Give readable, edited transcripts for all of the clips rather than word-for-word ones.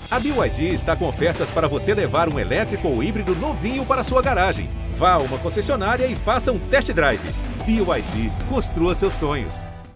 A BYD está com ofertas para você levar um elétrico ou híbrido novinho para sua garagem. Vá a uma concessionária e faça um test drive. BYD, construa seus sonhos.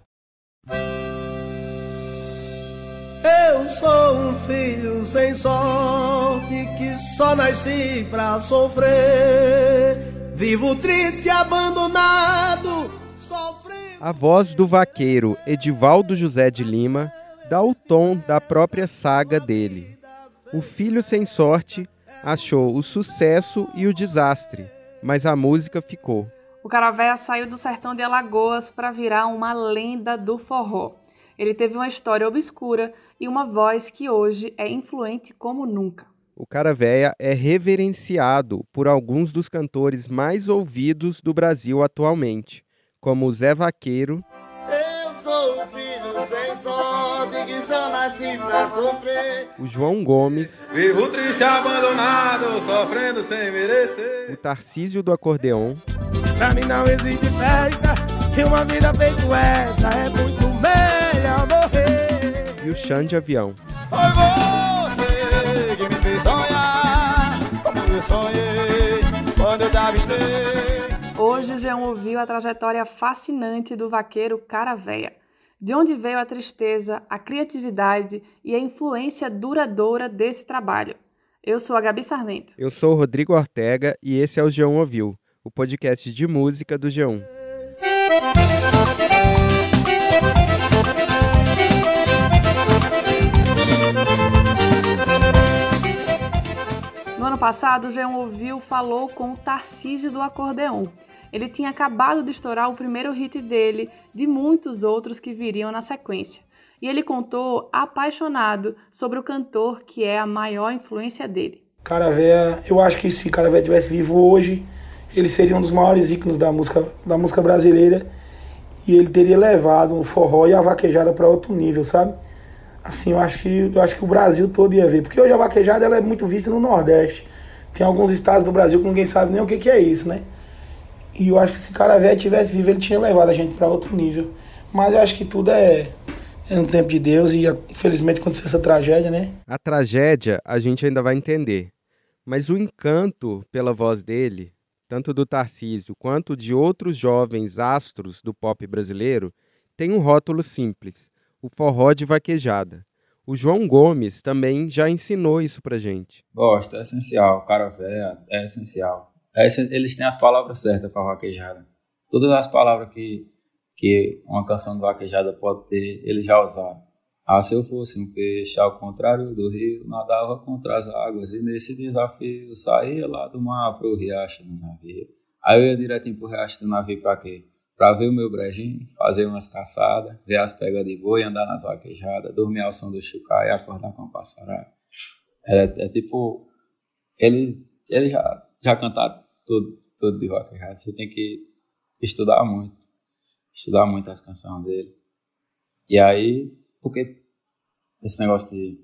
Eu sou um filho sem sorte que só nasci pra sofrer. Vivo triste, abandonado, sofrendo. A voz do vaqueiro Edivaldo José de Lima dá o tom da própria saga dele. O filho sem sorte achou o sucesso e o desastre, mas a música ficou. O Caravéia saiu do sertão de Alagoas para virar uma lenda do forró. Ele teve uma história obscura e uma voz que hoje é influente como nunca. O Caravéia é reverenciado por alguns dos cantores mais ouvidos do Brasil atualmente, como o Zé Vaqueiro. Eu sou um filho sem sorte que só nasci pra sofrer. O João Gomes. Vivo triste, abandonado, sofrendo sem merecer. O Tarcísio do acordeon. Pra mim não existe festa, e uma vida feita essa é muito melhor morrer. E o Xande Avião. Foi você que me fez sonhar, como eu sonhei, quando eu te avistei. Hoje o Jean ouviu a trajetória fascinante do vaqueiro Caravéia. De onde veio a tristeza, a criatividade e a influência duradoura desse trabalho. Eu sou a Gabi Sarmento. Eu sou o Rodrigo Ortega e esse é o G1 Ouviu, o podcast de música do G1. No ano passado, o G1 Ouviu falou com o Tarcísio do acordeon. Ele tinha acabado de estourar o primeiro hit dele, de muitos outros que viriam na sequência. E ele contou apaixonado sobre o cantor que é a maior influência dele. Caravéia, eu acho que se Caravéia estivesse vivo hoje, ele seria um dos maiores ícones da música brasileira e ele teria levado o forró e a vaquejada para outro nível, sabe? Assim, eu acho que o Brasil todo ia ver, porque hoje a vaquejada ela é muito vista no Nordeste. Tem alguns estados do Brasil que ninguém sabe nem o que é isso, né? E eu acho que se Caravéia tivesse vivo, ele tinha levado a gente para outro nível. Mas eu acho que tudo é no tempo de Deus e infelizmente aconteceu essa tragédia, né? A tragédia a gente ainda vai entender, mas o encanto pela voz dele, tanto do Tarcísio quanto de outros jovens astros do pop brasileiro, tem um rótulo simples, o forró de vaquejada. O João Gomes também já ensinou isso pra gente. Gosto, é essencial, Caravéia é essencial. Eles têm as palavras certas para vaquejada. Todas as palavras que uma canção de vaquejada pode ter, eles já usaram. Ah, se eu fosse um peixe ao contrário do rio, nadava contra as águas, e nesse desafio saía lá do mar pro riacho do navio. Aí eu ia direitinho pro riacho do navio pra quê? Pra ver o meu brejinho, fazer umas caçadas, ver as pegas de boi, andar nas vaquejadas, dormir ao som do chucá e acordar com a passarada. É tipo, ele já cantaram tudo de vaquejada. Você tem que estudar muito as canções dele. E aí, porque esse negócio de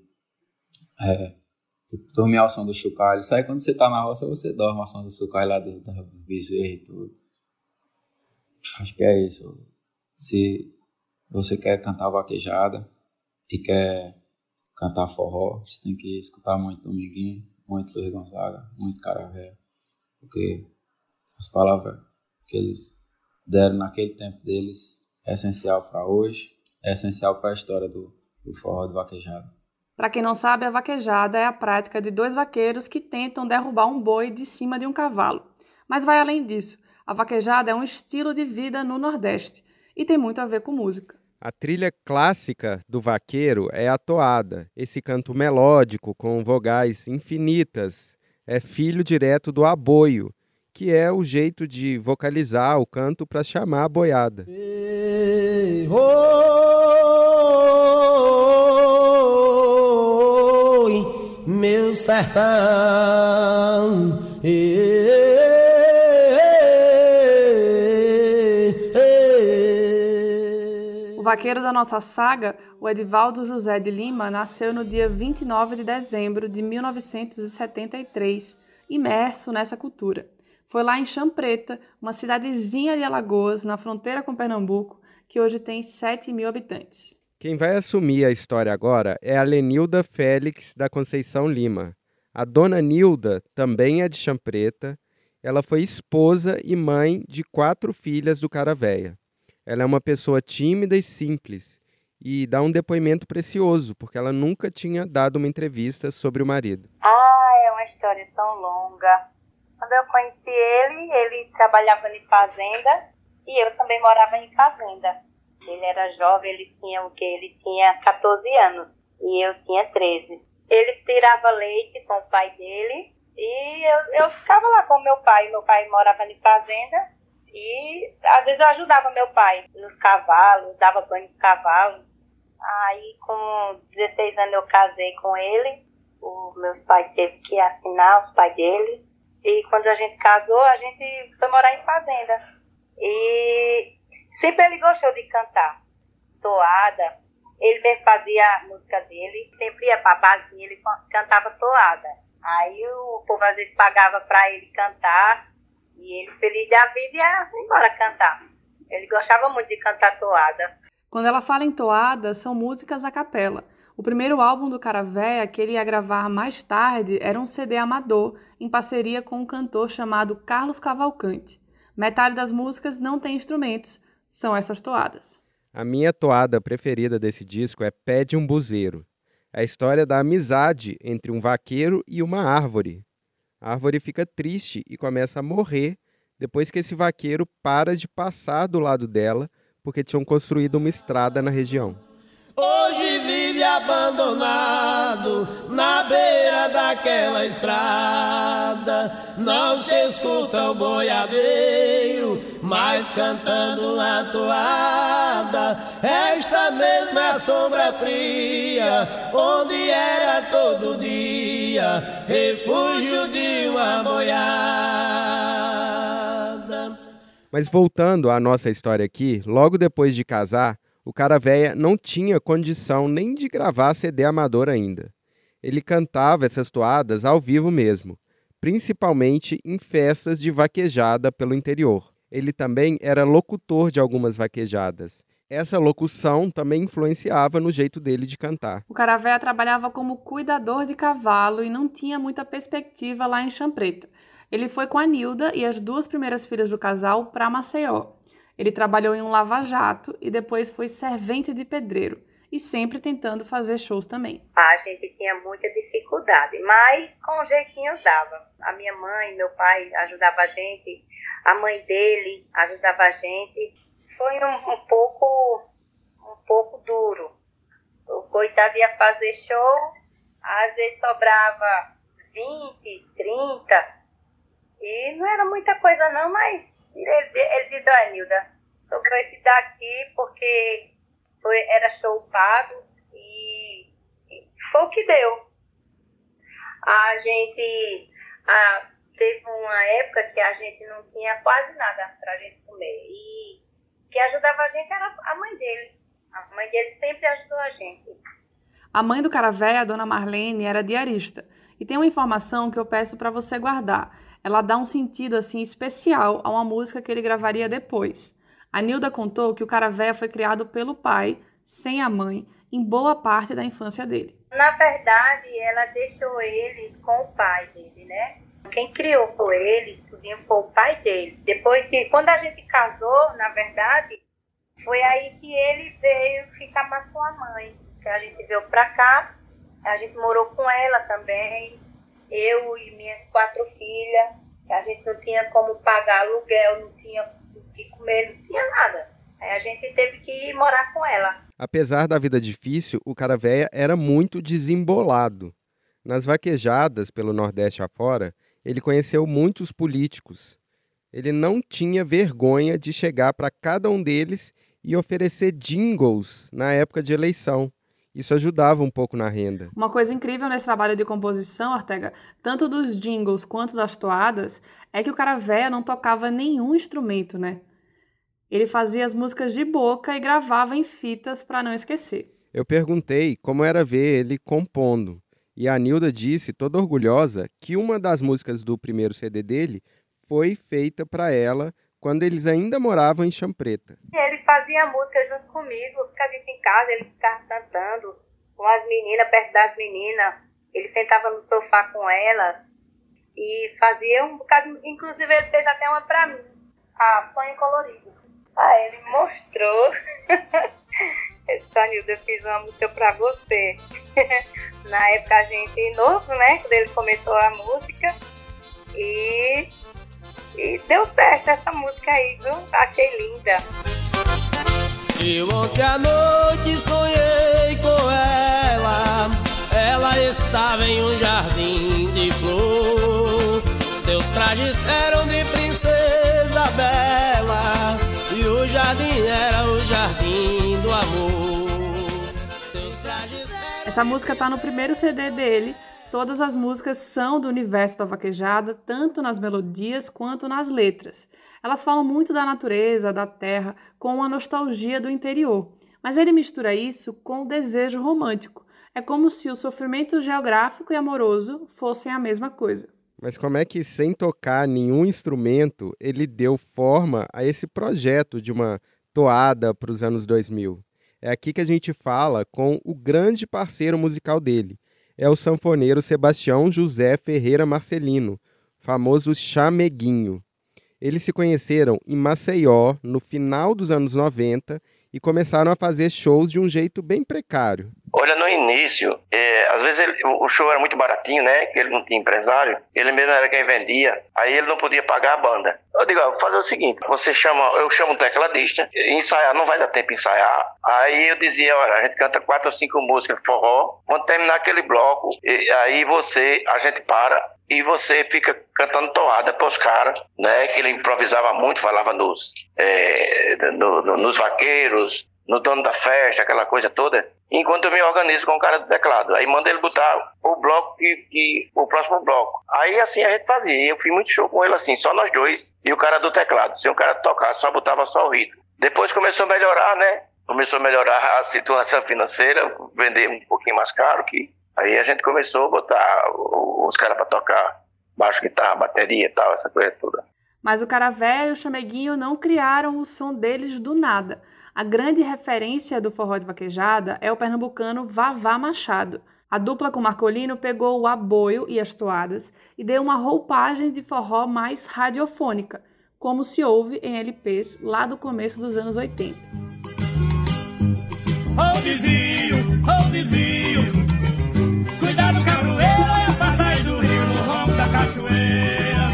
dormir ao som do chocalho, isso aí quando você tá na roça, você dorme ao som do chocalho lá do bezerro e tudo. Acho que é isso. Se você quer cantar vaquejada e quer cantar forró, você tem que escutar muito Dominguinho, muito Luiz Gonzaga, muito Caravéia. Porque as palavras que eles deram naquele tempo deles é essencial para hoje, é essencial para a história do forró de vaquejada. Para quem não sabe, a vaquejada é a prática de dois vaqueiros que tentam derrubar um boi de cima de um cavalo. Mas vai além disso. A vaquejada é um estilo de vida no Nordeste e tem muito a ver com música. A trilha clássica do vaqueiro é a toada. Esse canto melódico com vogais infinitas é filho direto do aboio, que é o jeito de vocalizar o canto para chamar a boiada. Ei, oi, meu sertão. O vaqueiro da nossa saga, o Edivaldo José de Lima, nasceu no dia 29 de dezembro de 1973, imerso nessa cultura. Foi lá em Chã Preta, uma cidadezinha de Alagoas, na fronteira com Pernambuco, que hoje tem 7 mil habitantes. Quem vai assumir a história agora é a Lenilda Félix da Conceição Lima. A dona Nilda também é de Champreta. Ela foi esposa e mãe de 4 filhas do cara véia. Ela é uma pessoa tímida e simples e dá um depoimento precioso, porque ela nunca tinha dado uma entrevista sobre o marido. É uma história tão longa. Quando eu conheci ele trabalhava em fazenda e eu também morava em fazenda. Ele era jovem, ele tinha o quê? Ele tinha 14 anos e eu tinha 13. Ele tirava leite com o pai dele e eu ficava lá com meu pai. Meu pai morava em fazenda e às vezes eu ajudava meu pai nos cavalos, dava banho nos cavalos. Aí com 16 anos eu casei com ele. Os meus pais teve que assinar, os pais dele. E quando a gente casou, a gente foi morar em fazenda. E sempre ele gostou de cantar. Toada. Ele mesmo fazia a música dele. Sempre ia pra barzinha, ele cantava toada. Aí o povo às vezes pagava pra ele cantar. E ele, feliz da vida, ia embora cantar. Ele gostava muito de cantar toada. Quando ela fala em toada, são músicas a capela. O primeiro álbum do cara véia, que ele ia gravar mais tarde, era um CD amador, em parceria com um cantor chamado Carlos Cavalcante. Metade das músicas não tem instrumentos, são essas toadas. A minha toada preferida desse disco é Pé de um Buzeiro. É a história da amizade entre um vaqueiro e uma árvore. A árvore fica triste e começa a morrer depois que esse vaqueiro para de passar do lado dela porque tinham construído uma estrada na região. Hoje vive abandonado na beira daquela estrada. Não se escuta o boiadeiro mais cantando na toada. Esta mesma é a sombra fria, onde era todo dia refúgio de uma boiada. Mas voltando à nossa história aqui, logo depois de casar, o cara véia não tinha condição nem de gravar CD amador ainda. Ele cantava essas toadas ao vivo mesmo, principalmente em festas de vaquejada pelo interior. Ele também era locutor de algumas vaquejadas. Essa locução também influenciava no jeito dele de cantar. O cara véia trabalhava como cuidador de cavalo e não tinha muita perspectiva lá em Champreta. Ele foi com a Nilda e as 2 primeiras filhas do casal para Maceió. Ele trabalhou em um lava-jato e depois foi servente de pedreiro, e sempre tentando fazer shows também. A gente tinha muita dificuldade, mas com um jeitinho dava. A minha mãe, meu pai ajudava a gente, a mãe dele ajudava a gente. Foi um pouco duro. O coitado ia fazer show, às vezes sobrava 20, 30, e não era muita coisa não, mas ele disse, olha, Nilda, sobrou esse daqui porque era show pago e foi o que deu. A gente teve uma época que a gente não tinha quase nada pra gente comer. E quem ajudava a gente era a mãe dele. A mãe dele sempre ajudou a gente. A mãe do cara véia, a dona Marlene, era diarista. E tem uma informação que eu peço para você guardar. Ela dá um sentido assim especial a uma música que ele gravaria depois. A Nilda contou que o cara véia foi criado pelo pai, sem a mãe, em boa parte da infância dele. Na verdade, ela deixou ele com o pai dele, né? Quem criou foi ele, tudinho foi o pai dele. Depois que, quando a gente casou, na verdade, foi aí que ele veio ficar mais com a mãe. Que a gente veio pra cá, a gente morou com ela também. Eu e minhas 4 filhas, a gente não tinha como pagar aluguel, não tinha o que comer, não tinha nada. Aí a gente teve que ir morar com ela. Apesar da vida difícil, o cara véia era muito desembolado. Nas vaquejadas pelo Nordeste afora, ele conheceu muitos políticos. Ele não tinha vergonha de chegar para cada um deles e oferecer jingles na época de eleição. Isso ajudava um pouco na renda. Uma coisa incrível nesse trabalho de composição, Ortega, tanto dos jingles quanto das toadas, é que o cara véia não tocava nenhum instrumento, né? Ele fazia as músicas de boca e gravava em fitas para não esquecer. Eu perguntei como era ver ele compondo. E a Nilda disse, toda orgulhosa, que uma das músicas do primeiro CD dele foi feita para ela quando eles ainda moravam em Chão Preta. Ele fazia música junto comigo, ficava em casa, ele ficava cantando com as meninas, perto das meninas. Ele sentava no sofá com elas e fazia um bocado, inclusive ele fez até uma pra mim, a Sonho Colorido. Ele mostrou. Sanilda, eu fiz uma música pra você. Na época a gente novo, né? Quando ele começou a música. E deu certo essa música aí, viu? Achei linda. Eu ontem à noite sonhei com ela. Ela estava em um jardim de flor. Seus trajes eram de princesa bela. E o jardim era o jardim do amor. Seus trajes eram... Essa música tá no primeiro CD dele. Todas as músicas são do universo da vaquejada, tanto nas melodias quanto nas letras. Elas falam muito da natureza, da terra, com uma nostalgia do interior. Mas ele mistura isso com o desejo romântico. É como se o sofrimento geográfico e amoroso fossem a mesma coisa. Mas como é que, sem tocar nenhum instrumento, ele deu forma a esse projeto de uma toada para os anos 2000? É aqui que a gente fala com o grande parceiro musical dele. É o sanfoneiro Sebastião José Ferreira Marcelino, famoso Chameguinho. Eles se conheceram em Maceió no final dos anos 90 e começaram a fazer shows de um jeito bem precário. Olha, no início, às vezes o show era muito baratinho, né? Que ele não tinha empresário, ele mesmo era quem vendia, aí ele não podia pagar a banda. Eu digo, vou fazer o seguinte, eu chamo um tecladista, ensaiar, não vai dar tempo de ensaiar. Aí eu dizia, olha, a gente canta 4 ou 5 músicas de forró, quando terminar aquele bloco, aí a gente para e você fica cantando toada para os caras, né? Que ele improvisava muito, falava nos vaqueiros, no dono da festa, aquela coisa toda, enquanto eu me organizo com o cara do teclado. Aí manda ele botar o bloco o próximo bloco. Aí assim a gente fazia. Eu fiz muito show com ele assim, só nós dois e o cara do teclado. Se o cara tocasse, só botava só o ritmo. Depois começou a melhorar, né? Começou a melhorar a situação financeira, vender um pouquinho mais caro. Aí a gente começou a botar os caras para tocar baixo, guitarra, bateria e tal, essa coisa toda. Mas o Caravé e o Chameguinho não criaram o som deles do nada. A grande referência do forró de vaquejada é o pernambucano Vavá Machado. A dupla com Marcolino pegou o aboio e as toadas e deu uma roupagem de forró mais radiofônica, como se ouve em LPs lá do começo dos anos 80. Ô desvio, cuidado cabroeira, é a passagem do rio no rombo da cachoeira.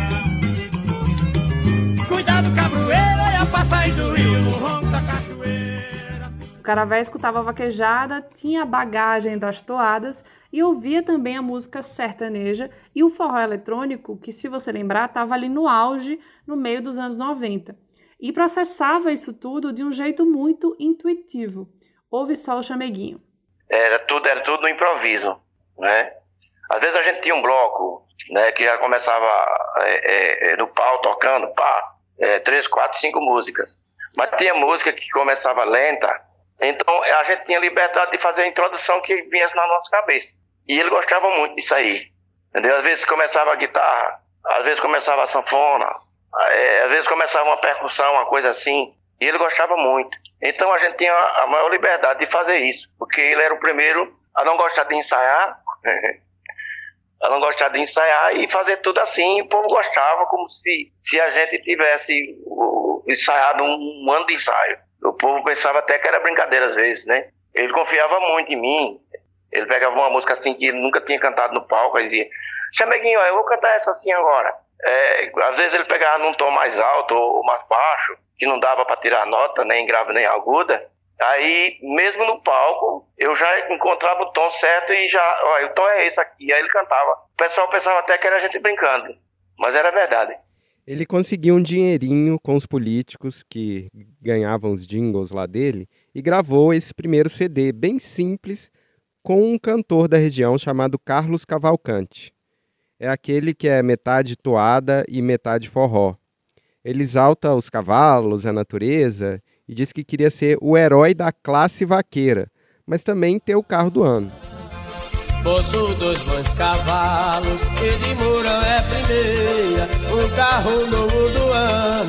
Cuidado cabroeira, é a passagem do rio no rombo da cachoeira. O Caravé escutava a vaquejada, tinha a bagagem das toadas e ouvia também a música sertaneja e o forró eletrônico, que, se você lembrar, estava ali no auge no meio dos anos 90. E processava isso tudo de um jeito muito intuitivo. Ouve só o Chameguinho. Era tudo no improviso, né? Às vezes a gente tinha um bloco, né, que já começava no pau tocando, 3, 4, 5 músicas. Mas tinha música que começava lenta, então a gente tinha liberdade de fazer a introdução que vinha na nossa cabeça. E ele gostava muito disso aí, entendeu? Às vezes começava a guitarra, às vezes começava a sanfona, às vezes começava uma percussão, uma coisa assim. E ele gostava muito. Então a gente tinha a maior liberdade de fazer isso, porque ele era o primeiro a não gostar de ensaiar, e fazer tudo assim. O povo gostava, como se a gente tivesse ensaiado um ano de ensaio. O povo pensava até que era brincadeira às vezes, né? Ele confiava muito em mim. Ele pegava uma música assim que ele nunca tinha cantado no palco e dizia, Chameguinho, eu vou cantar essa assim agora. Às vezes ele pegava num tom mais alto ou mais baixo, que não dava para tirar nota, nem grave nem aguda. Aí, mesmo no palco, eu já encontrava o tom certo e o tom é esse aqui. Aí ele cantava. O pessoal pensava até que era a gente brincando, mas era verdade. Ele conseguiu um dinheirinho com os políticos que ganhavam os jingles lá dele e gravou esse primeiro CD bem simples com um cantor da região chamado Carlos Cavalcante. É aquele que é metade toada e metade forró. Ele exalta os cavalos, a natureza e diz que queria ser o herói da classe vaqueira, mas também ter o carro do ano. Possuo 2 bons cavalos e de Mourão é primeira, um carro novo do ano,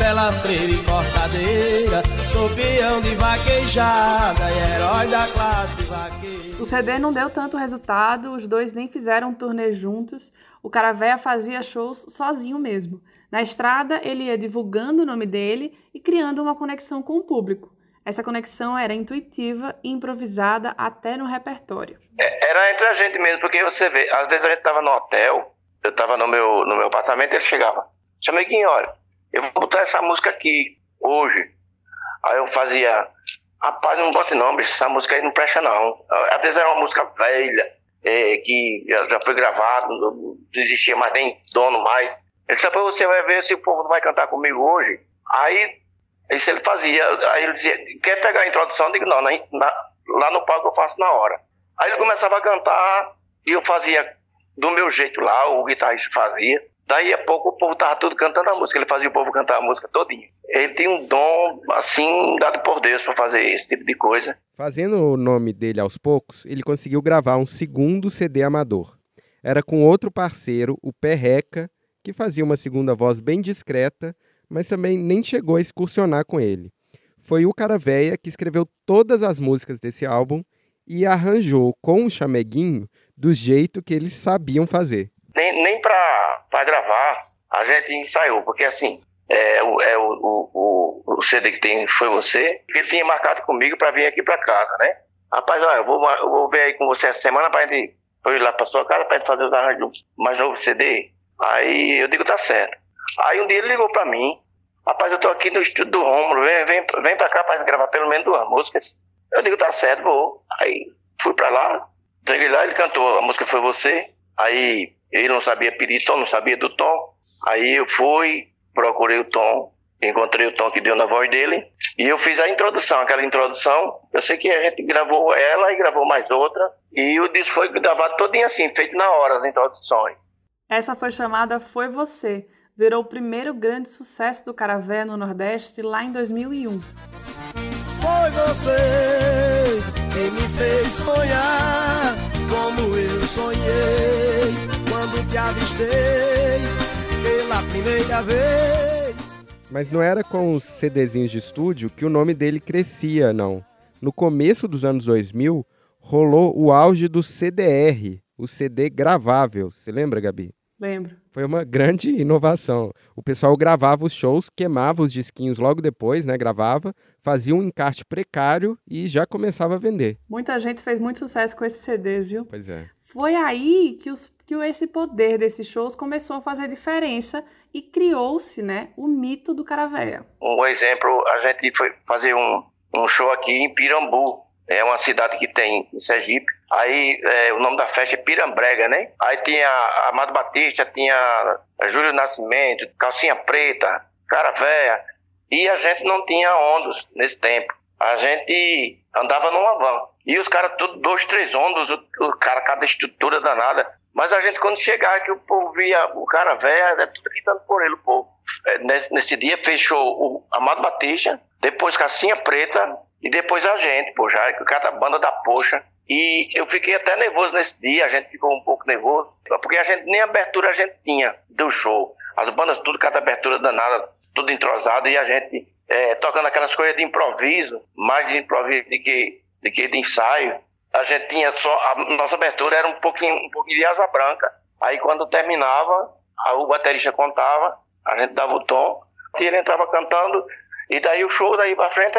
Marcela Freire e Cortadeira, sou peão de vaquejada e herói da classe vaqueira. O CD não deu tanto resultado, os dois nem fizeram um turnê juntos, o Caravéia fazia shows sozinho mesmo. Na estrada, ele ia divulgando o nome dele e criando uma conexão com o público. Essa conexão era intuitiva e improvisada até no repertório. Era entre a gente mesmo, porque você vê, às vezes a gente estava no hotel, eu estava no meu apartamento, ele chegava, Chameguinho, olha, eu vou botar essa música aqui, hoje. Aí eu fazia, rapaz, não bote não, bicho, essa música aí não presta não. Às vezes era uma música velha, que já foi gravada, não existia mais nem dono mais. Ele disse, você vai ver se o povo não vai cantar comigo hoje. Aí, isso ele fazia, aí ele dizia, quer pegar a introdução? Eu digo, não, lá no palco eu faço na hora. Aí ele começava a cantar, e eu fazia do meu jeito lá, o guitarrista fazia. Daí a pouco o povo tava tudo cantando a música, ele fazia o povo cantar a música todinha. Ele tem um dom, assim, dado por Deus para fazer esse tipo de coisa. Fazendo o nome dele aos poucos, ele conseguiu gravar um segundo CD amador. Era com outro parceiro, o Perreca, que fazia uma segunda voz bem discreta, mas também nem chegou a excursionar com ele. Foi o Caravéia que escreveu todas as músicas desse álbum e arranjou com o Chameguinho do jeito que eles sabiam fazer. Nem para gravar a gente ensaiou, porque assim, o CD que tem Foi Você, ele tinha marcado comigo para vir aqui para casa, né? Rapaz, olha, eu vou ver aí com você essa semana pra gente ir lá pra sua casa pra gente fazer os arranjos mais novo CD. Aí eu digo, tá certo. Aí um dia ele ligou pra mim, rapaz, eu tô aqui no estúdio do Rômulo, vem pra cá pra gravar pelo menos 2 músicas. Eu digo, tá certo, vou. Aí fui pra lá, cheguei lá, ele cantou, a música Foi Você. Aí ele não sabia pedir tom, não sabia do tom. Aí eu fui, procurei o tom, encontrei o tom que deu na voz dele. E eu fiz a introdução, aquela introdução. Eu sei que a gente gravou ela e gravou mais outra. E o disco foi gravado todinho assim, feito na hora, as introduções. Essa foi chamada Foi Você. Virou o primeiro grande sucesso do Caravéia no Nordeste lá em 2001. Foi você quem me fez sonhar como eu sonhei quando te avistei pela primeira vez. Mas não era com os CDzinhos de estúdio que o nome dele crescia, não. No começo dos anos 2000, rolou o auge do CDR, o CD gravável. Você lembra, Gabi? Lembro. Foi uma grande inovação. O pessoal gravava os shows, queimava os disquinhos logo depois, né? Gravava, fazia um encarte precário e já começava a vender. Muita gente fez muito sucesso com esses CDs, viu? Pois é. Foi aí que esse poder desses shows começou a fazer diferença e criou-se, né, o mito do Caravéia. Um exemplo, a gente foi fazer um show aqui em Pirambu. É uma cidade que tem em Sergipe. Aí o nome da festa é Pirambrega, né? Aí tinha Amado Batista, tinha Júlio Nascimento, Calcinha Preta, Caravéia. E a gente não tinha ônibus nesse tempo. A gente andava numa van. E os caras tudo 2, 3 ônibus, o cara, cada estrutura danada. Mas a gente quando chegava que o povo via o Caravéia, era tudo gritando por ele, o povo. Nesse dia fechou o Amado Batista, depois Calcinha Preta, e depois a gente, pô, já que cada banda da poxa. E eu fiquei até nervoso nesse dia, a gente ficou um pouco nervoso, porque a gente nem abertura a gente tinha do show. As bandas tudo, cada abertura danada, tudo entrosado, e a gente tocando aquelas coisas de improviso, mais de improviso do que de ensaio. A gente tinha só, a nossa abertura era um pouquinho de Asa Branca. Aí quando terminava, o baterista contava, a gente dava o tom, e ele entrava cantando, e daí o show daí pra frente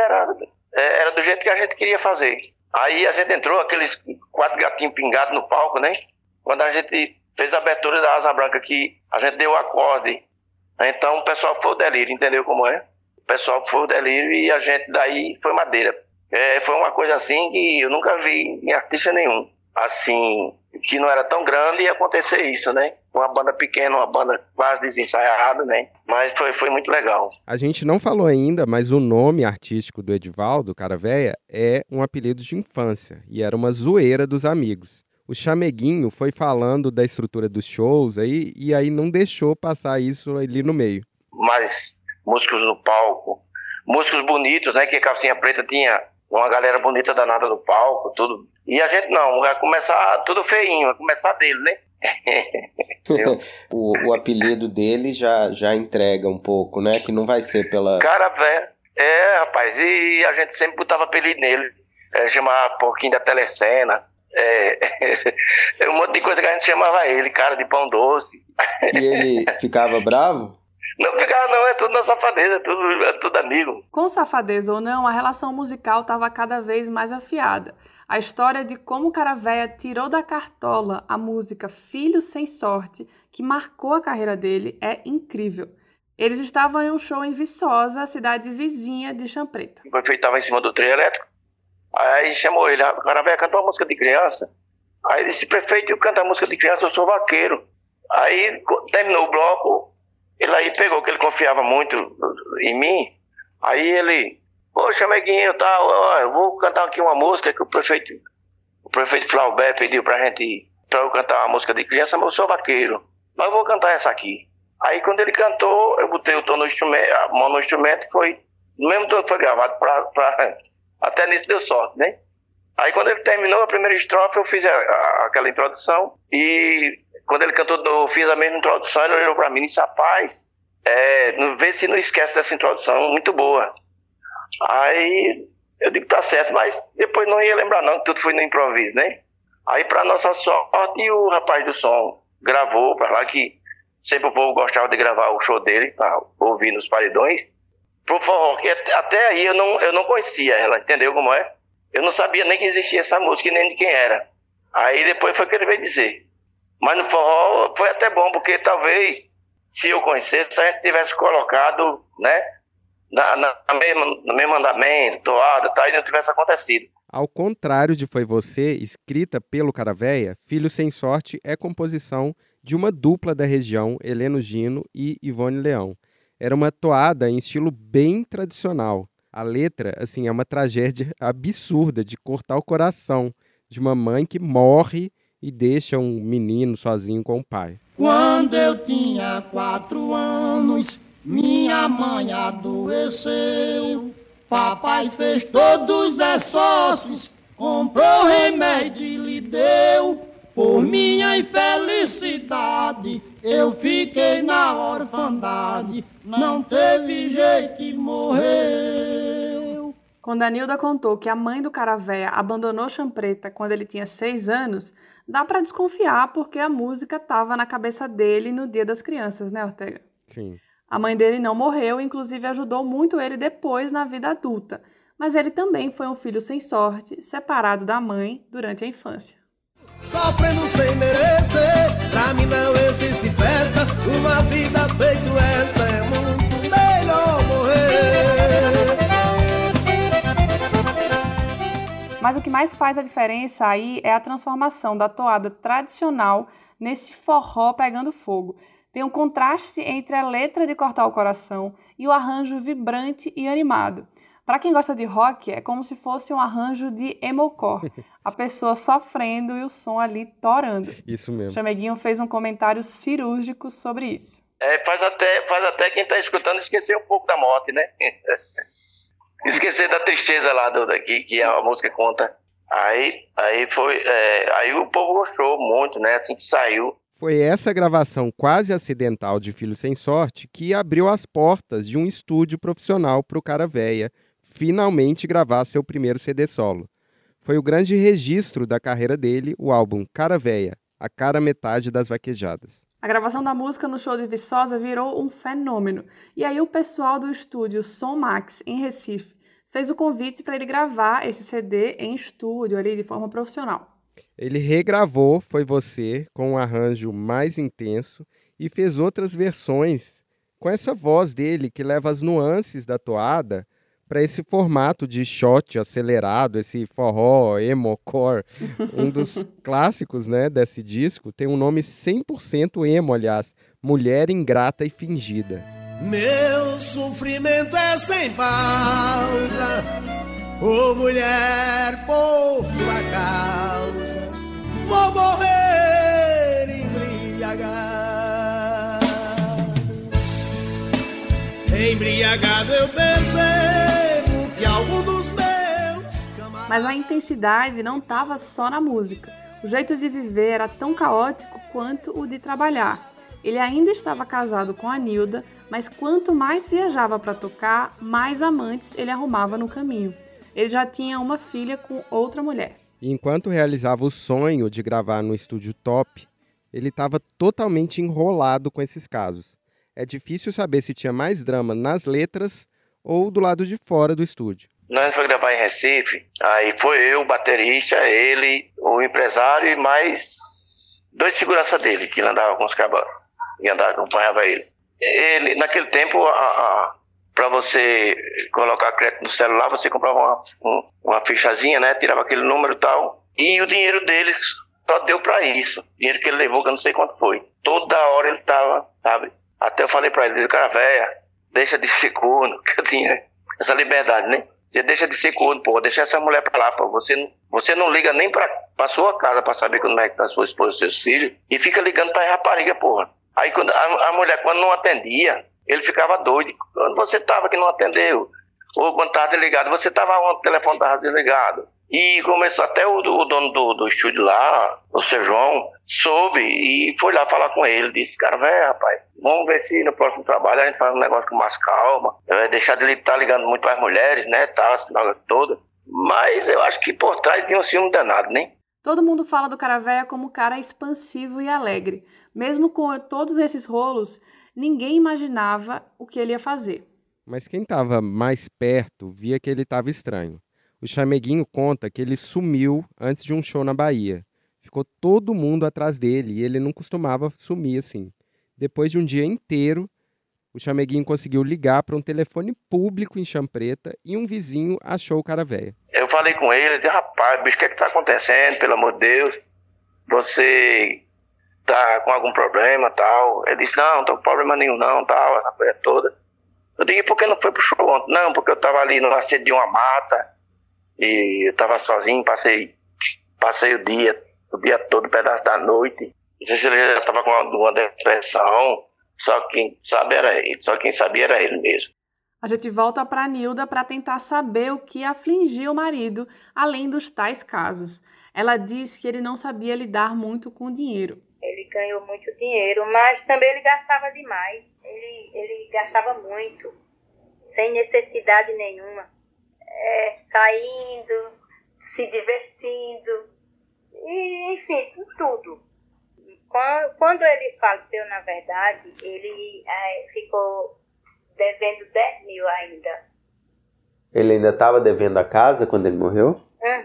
era do jeito que a gente queria fazer. Aí a gente entrou, aqueles 4 gatinhos pingados no palco, né? Quando a gente fez a abertura da Asa Branca, que a gente deu o acorde. Então o pessoal foi o delírio, entendeu como é? O pessoal foi o delírio e a gente daí foi madeira. Foi uma coisa assim que eu nunca vi em artista nenhum. Assim, que não era tão grande e acontecer isso, né? Uma banda pequena, uma banda quase desensaiada, né? Mas foi muito legal. A gente não falou ainda, mas o nome artístico do Edivaldo Caravéia é um apelido de infância e era uma zoeira dos amigos. O Chameguinho foi falando da estrutura dos shows aí, e aí não deixou passar isso ali no meio. Mas músicos no palco, músicos bonitos, né? Que a Calcinha Preta tinha uma galera bonita danada no palco, tudo. E a gente não, vai começar tudo feinho, vai começar dele, né? O apelido dele já entrega um pouco, né? Que não vai ser pela... Cara velho. Rapaz, e a gente sempre botava apelido nele. Chamava Porquinho da Telecena. Um monte de coisa que a gente chamava ele, cara de pão doce. E ele ficava bravo? Não ficava não, é tudo na safadeza, é tudo amigo. Com safadeza ou não, a relação musical estava cada vez mais afiada. A história de como o Caravéia tirou da cartola a música Filho Sem Sorte, que marcou a carreira dele, é incrível. Eles estavam em um show em Viçosa, cidade vizinha de Champreta. O prefeito estava em cima do trio elétrico, aí chamou ele, Caravéia, cantou uma música de criança. Aí ele disse, prefeito, eu canto a música de criança, eu sou vaqueiro. Aí terminou o bloco, ele aí pegou, que ele confiava muito em mim, aí ele, poxa, amiguinho, eu vou cantar aqui uma música que o prefeito Flaubert pediu pra eu cantar uma música de criança, mas eu sou vaqueiro, mas eu vou cantar essa aqui. Aí quando ele cantou, eu botei o tom no instrumento, a mão no instrumento, no mesmo tom que foi gravado, até nisso deu sorte, né? Aí quando ele terminou a primeira estrofe, eu fiz aquela introdução, e quando ele cantou, eu fiz a mesma introdução, ele olhou pra mim e disse, rapaz, vê se não esquece dessa introdução, muito boa. Aí eu digo, tá certo, mas depois não ia lembrar não, que tudo foi no improviso, né? Aí pra nossa sorte, o rapaz do som gravou pra lá, que sempre o povo gostava de gravar o show dele, pra ouvir nos paredões, pro forró, que até aí eu não conhecia ela, entendeu como é? Eu não sabia nem que existia essa música, nem de quem era. Aí depois foi que ele veio dizer. Mas no forró foi até bom, porque talvez, se eu conhecesse, a gente tivesse colocado, né, no mesmo andamento, toada, e não tivesse acontecido. Ao contrário de Foi Você, escrita pelo Caravéia, Filho Sem Sorte é composição de uma dupla da região, Heleno Gino e Ivone Leão. Era uma toada em estilo bem tradicional. A letra, assim, é uma tragédia absurda de cortar o coração de uma mãe que morre e deixa um menino sozinho com o pai. Quando eu tinha 4 anos, minha mãe adoeceu. Papai fez todos os sócios, comprou remédio e lhe deu. Por minha infelicidade, eu fiquei na orfandade, não teve jeito e morreu. Quando a Nilda contou que a mãe do Caravéia abandonou Champreta quando ele tinha 6 anos, dá pra desconfiar porque a música estava na cabeça dele no Dia das Crianças, né, Ortega? Sim. A mãe dele não morreu, inclusive ajudou muito ele depois na vida adulta, mas ele também foi um filho sem sorte, separado da mãe durante a infância. Sofrendo sem merecer, pra mim não existe festa, uma vida feito esta é muito melhor morrer. Mas o que mais faz a diferença aí é a transformação da toada tradicional nesse forró pegando fogo. Tem um contraste entre a letra de cortar o coração e o arranjo vibrante e animado. Para quem gosta de rock, é como se fosse um arranjo de emocore. A pessoa sofrendo e o som ali torando. Isso mesmo. O Chameguinho fez um comentário cirúrgico sobre isso. Faz até quem está escutando esquecer um pouco da morte, né? Esquecer da tristeza lá que a música conta. Aí o povo gostou muito, né? Assim que saiu. Foi essa gravação quase acidental de Filho Sem Sorte que abriu as portas de um estúdio profissional para o Caravéia finalmente gravar seu primeiro CD solo. Foi o grande registro da carreira dele, o álbum Caravéia, a cara metade das vaquejadas. A gravação da música no show de Viçosa virou um fenômeno. E aí o pessoal do estúdio Som Max, em Recife, fez o convite para ele gravar esse CD em estúdio, ali de forma profissional. Ele regravou Foi Você com um arranjo mais intenso e fez outras versões com essa voz dele que leva as nuances da toada para esse formato de shot acelerado, esse forró, emo-core. Um dos clássicos, né, desse disco tem um nome 100% emo, aliás, Mulher Ingrata e Fingida. Meu sofrimento é sem pausa, ô mulher, por tua causa, vou morrer embriagado. Embriagado eu percebo que algum dos meus camaradas... Mas a intensidade não estava só na música. O jeito de viver era tão caótico quanto o de trabalhar. Ele ainda estava casado com a Nilda, mas quanto mais viajava para tocar, mais amantes ele arrumava no caminho. Ele já tinha uma filha com outra mulher. E enquanto realizava o sonho de gravar no estúdio top, ele estava totalmente enrolado com esses casos. É difícil saber se tinha mais drama nas letras ou do lado de fora do estúdio. Nós fomos gravar em Recife, aí foi eu, o baterista, ele, o empresário e mais 2 seguranças dele, que andavam com os cabas, que acompanhava ele. Ele, naquele tempo, para você colocar crédito no celular, você comprava uma fichazinha, né? Tirava aquele número e tal. E o dinheiro dele só deu para isso. O dinheiro que ele levou, que eu não sei quanto foi. Toda hora ele tava, sabe? Até eu falei para ele, cara, véia, deixa de ser corno, que eu tinha essa liberdade, né? Você deixa de ser corno, pô, deixa essa mulher pra lá, pô. Você não liga nem pra sua casa pra saber como é que tá sua esposa e seus filhos. E fica ligando pra rapariga, porra. Aí quando a mulher, quando não atendia, ele ficava doido. Quando você tava que não atendeu, ou quando tava desligado, você tava onde o telefone tava desligado. E começou até o dono do estúdio lá, o seu João, soube e foi lá falar com ele. Disse, cara, velho, rapaz, vamos ver se no próximo trabalho a gente faz um negócio com mais calma. Deixar de ele estar ligando muito para as mulheres, né, tal, essa negócio toda. Mas eu acho que por trás tinha um ciúme danado, né? Todo mundo fala do Caravéia como um cara expansivo e alegre. Mesmo com todos esses rolos, ninguém imaginava o que ele ia fazer. Mas quem estava mais perto via que ele estava estranho. O Chameguinho conta que ele sumiu antes de um show na Bahia. Ficou todo mundo atrás dele e ele não costumava sumir assim. Depois de um dia inteiro, o Chameguinho conseguiu ligar para um telefone público em Champreta e um vizinho achou o Caravéia. Eu falei com ele, disse, rapaz, bicho, o que está acontecendo, pelo amor de Deus? Você tá com algum problema, tal? Ele disse, não tô com problema nenhum não, tal, essa coisa toda. Eu digo, por que não foi pro show ontem? Não, porque eu tava ali no acesso de uma mata e eu tava sozinho, passei o dia todo, pedaço da noite. Não sei se ele já tava com uma depressão, só quem sabe era ele, só quem sabia era ele mesmo. A gente volta para Nilda para tentar saber o que afligia o marido, além dos tais casos. Ela diz que ele não sabia lidar muito com o dinheiro. Ele ganhou muito dinheiro, mas também ele gastava demais. Ele gastava muito, sem necessidade nenhuma. Saindo, se divertindo, e, enfim, tudo. Quando ele faleceu, na verdade, ele ficou devendo 10 mil ainda. Ele ainda estava devendo a casa quando ele morreu?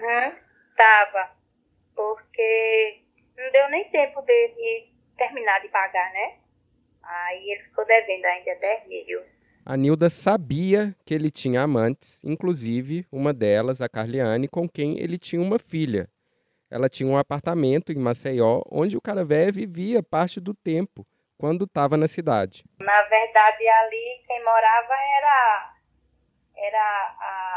Tava. Porque não deu nem tempo de terminar de pagar, né? Aí ele ficou devendo ainda 10 mil. A Nilda sabia que ele tinha amantes, inclusive uma delas, a Carliane, com quem ele tinha uma filha. Ela tinha um apartamento em Maceió, onde o Caravéia vivia parte do tempo, quando estava na cidade. Na verdade, ali quem morava era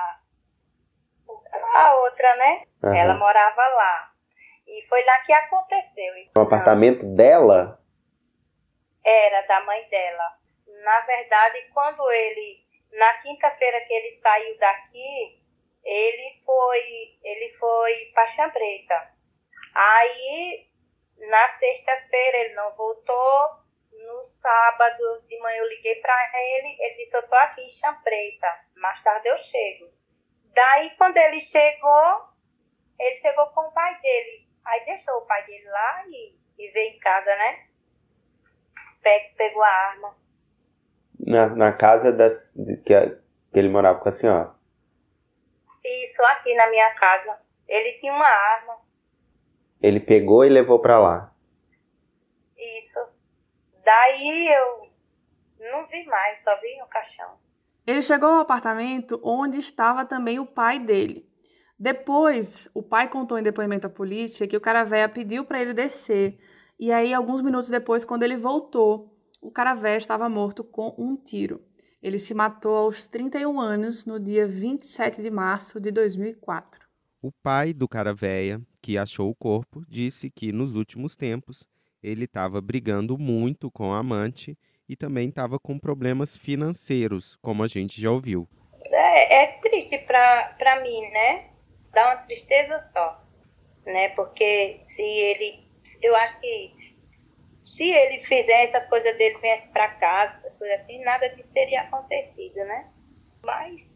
a outra, né? Uhum. Ela morava lá. E foi lá que aconteceu. O apartamento dela? Era da mãe dela. Na verdade, na quinta-feira que ele saiu daqui, ele foi para Champreta. Aí, na sexta-feira, ele não voltou. No sábado de manhã eu liguei para ele disse, eu tô aqui em Champreta, mais tarde eu chego. Daí, quando ele chegou com o pai dele. Aí deixou o pai dele lá e veio em casa, né? Pegou a arma. Na casa que ele morava com a senhora? Isso, aqui na minha casa. Ele tinha uma arma. Ele pegou e levou pra lá? Isso. Daí eu não vi mais, só vi no caixão. Ele chegou ao apartamento onde estava também o pai dele. Depois, o pai contou em depoimento à polícia que o Caravéia pediu para ele descer. E aí, alguns minutos depois, quando ele voltou, o Caravéia estava morto com um tiro. Ele se matou aos 31 anos, no dia 27 de março de 2004. O pai do Caravéia, que achou o corpo, disse que nos últimos tempos ele estava brigando muito com a amante e também estava com problemas financeiros, como a gente já ouviu. É triste pra mim, né? Dá uma tristeza só. né? Porque eu acho que se ele fizesse as coisas dele, viesse para casa, essas coisas assim, nada disso teria acontecido, né? Mas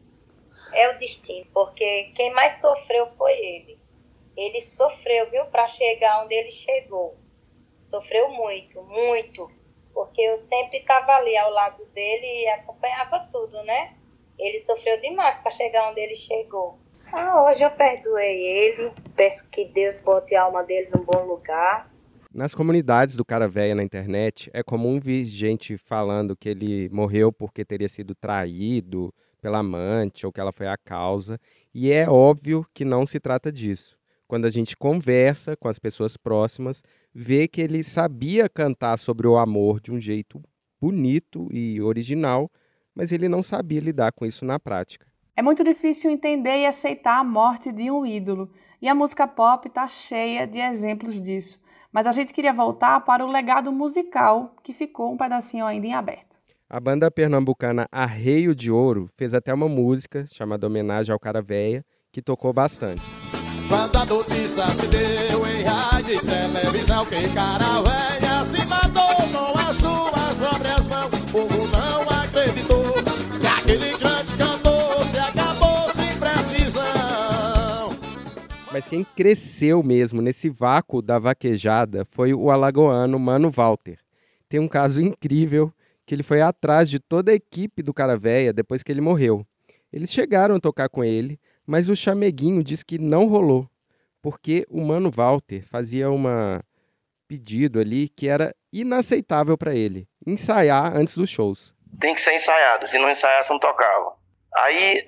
é o destino, porque quem mais sofreu foi ele. Ele sofreu, viu, para chegar onde ele chegou. Sofreu muito, muito, porque eu sempre estava ali ao lado dele e acompanhava tudo, né? Ele sofreu demais para chegar onde ele chegou. Hoje eu perdoei ele, peço que Deus bote a alma dele num bom lugar. Nas comunidades do Cara Véia na internet, é comum ver gente falando que ele morreu porque teria sido traído pela amante ou que ela foi a causa, e é óbvio que não se trata disso. Quando a gente conversa com as pessoas próximas, vê que ele sabia cantar sobre o amor de um jeito bonito e original, mas ele não sabia lidar com isso na prática. É muito difícil entender e aceitar a morte de um ídolo, e a música pop está cheia de exemplos disso. Mas a gente queria voltar para o legado musical, que ficou um pedacinho ainda em aberto. A banda pernambucana Arreio de Ouro fez até uma música chamada Homenagem ao Cara Véia, que tocou bastante. Quando a notícia se deu em rádio e televisão que Cara Véia se matou com as suas próprias mãos, o povo não acreditou que aquele grande cantor se acabou sem precisão. Mas quem cresceu mesmo nesse vácuo da vaquejada foi o alagoano Mano Walter. Tem um caso incrível que ele foi atrás de toda a equipe do Cara Véia depois que ele morreu. Eles chegaram a tocar com ele, mas o chameguinho disse que não rolou, porque o Mano Walter fazia um pedido ali que era inaceitável para ele, ensaiar antes dos shows. Tem que ser ensaiado, se não ensaiasse não tocava. Aí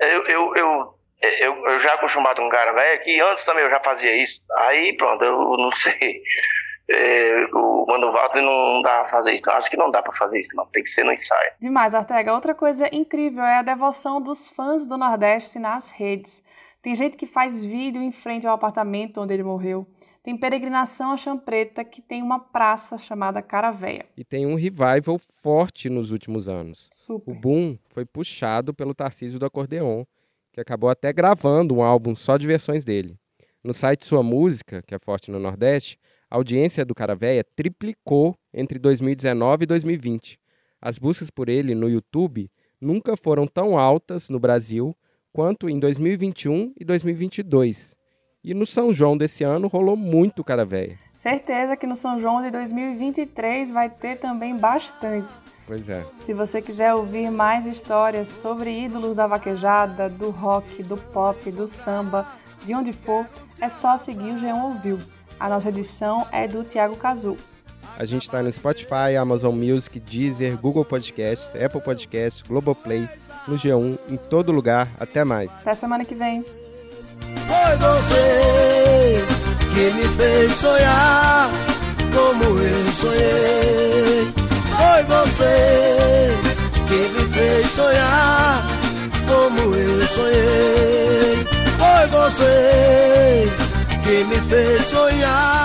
eu já acostumado com o Cara Véia, que antes também eu já fazia isso. Aí pronto, eu não sei, o Mano Walter não dá pra fazer isso, acho que não dá pra fazer isso não, tem que ser no ensaio. Demais, Ortega. Outra coisa incrível é a devoção dos fãs do Nordeste nas redes. Tem gente que faz vídeo em frente ao apartamento onde ele morreu. Tem peregrinação a Chã Preta, que tem uma praça chamada Cara Véia. E tem um revival forte nos últimos anos. Super. O boom foi puxado pelo Tarcísio do Acordeon, que acabou até gravando um álbum só de versões dele. No site Sua Música, que é forte no Nordeste, a audiência do Cara Véia triplicou entre 2019 e 2020. As buscas por ele no YouTube nunca foram tão altas no Brasil quanto em 2021 e 2022. E no São João desse ano rolou muito Cara Véia. Certeza que no São João de 2023 vai ter também bastante. Pois é. Se você quiser ouvir mais histórias sobre ídolos da vaquejada, do rock, do pop, do samba, de onde for, é só seguir o G1 Ouviu. A nossa edição é do Thiago Cazu. A gente está no Spotify, Amazon Music, Deezer, Google Podcasts, Apple Podcasts, Globoplay, no G1, em todo lugar. Até mais. Até semana que vem. Foi você que me fez sonhar como eu sonhei. Foi você que me fez sonhar como eu sonhei. Foi você que me fez sonhar